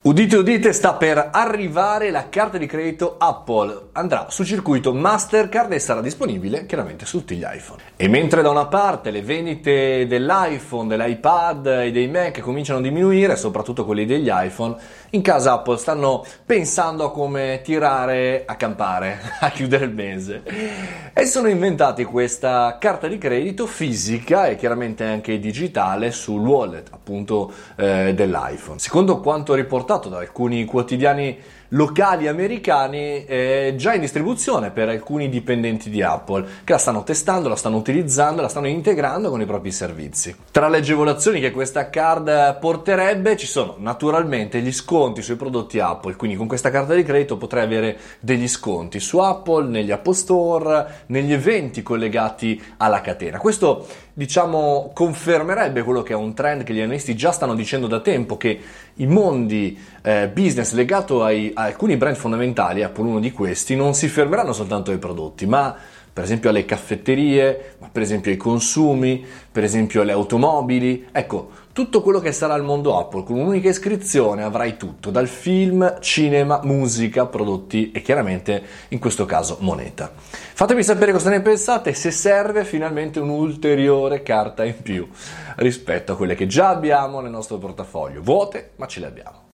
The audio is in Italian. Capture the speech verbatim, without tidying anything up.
Udite udite, sta per arrivare la carta di credito Apple, andrà sul circuito Mastercard e sarà disponibile chiaramente su tutti gli iPhone. E mentre da una parte le vendite dell'iPhone, dell'iPad e dei Mac cominciano a diminuire, soprattutto quelli degli iPhone, in casa Apple stanno pensando a come tirare a campare, a chiudere il mese. E sono inventati questa carta di credito fisica e chiaramente anche digitale sul wallet appunto eh, dell'iPhone. Secondo quanto riportato da alcuni quotidiani locali americani, è già in distribuzione per alcuni dipendenti di Apple che la stanno testando, la stanno utilizzando, la stanno integrando con i propri servizi. Tra le agevolazioni che questa card porterebbe ci sono naturalmente gli sconti sui prodotti Apple, quindi con questa carta di credito potrai avere degli sconti su Apple, negli Apple Store, negli eventi collegati alla catena. Questo diciamo confermerebbe quello che è un trend che gli analisti già stanno dicendo da tempo, che i mondi eh, business legato ai, a alcuni brand fondamentali, Apple uno di questi, non si fermeranno soltanto ai prodotti, ma per esempio alle caffetterie, ma per esempio ai consumi, per esempio alle automobili. Ecco, tutto quello che sarà il mondo Apple, con un'unica iscrizione avrai tutto, dal film, cinema, musica, prodotti e chiaramente in questo caso moneta. Fatemi sapere cosa ne pensate, se serve finalmente un'ulteriore carta in più rispetto a quelle che già abbiamo nel nostro portafoglio, vuote ma ce le abbiamo.